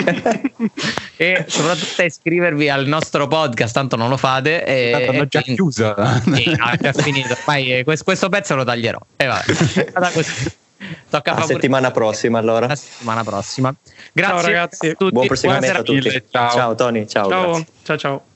E soprattutto a iscrivervi al nostro podcast, tanto non lo fate. L'ho già chiuso. Sì, è già finito. Ormai questo pezzo lo taglierò. E vabbè. Così. Tocca la settimana prossima allora. La settimana prossima. Grazie. Ciao ragazzi. Buon proseguimento a tutti. Ciao Tony. Ciao. Ciao.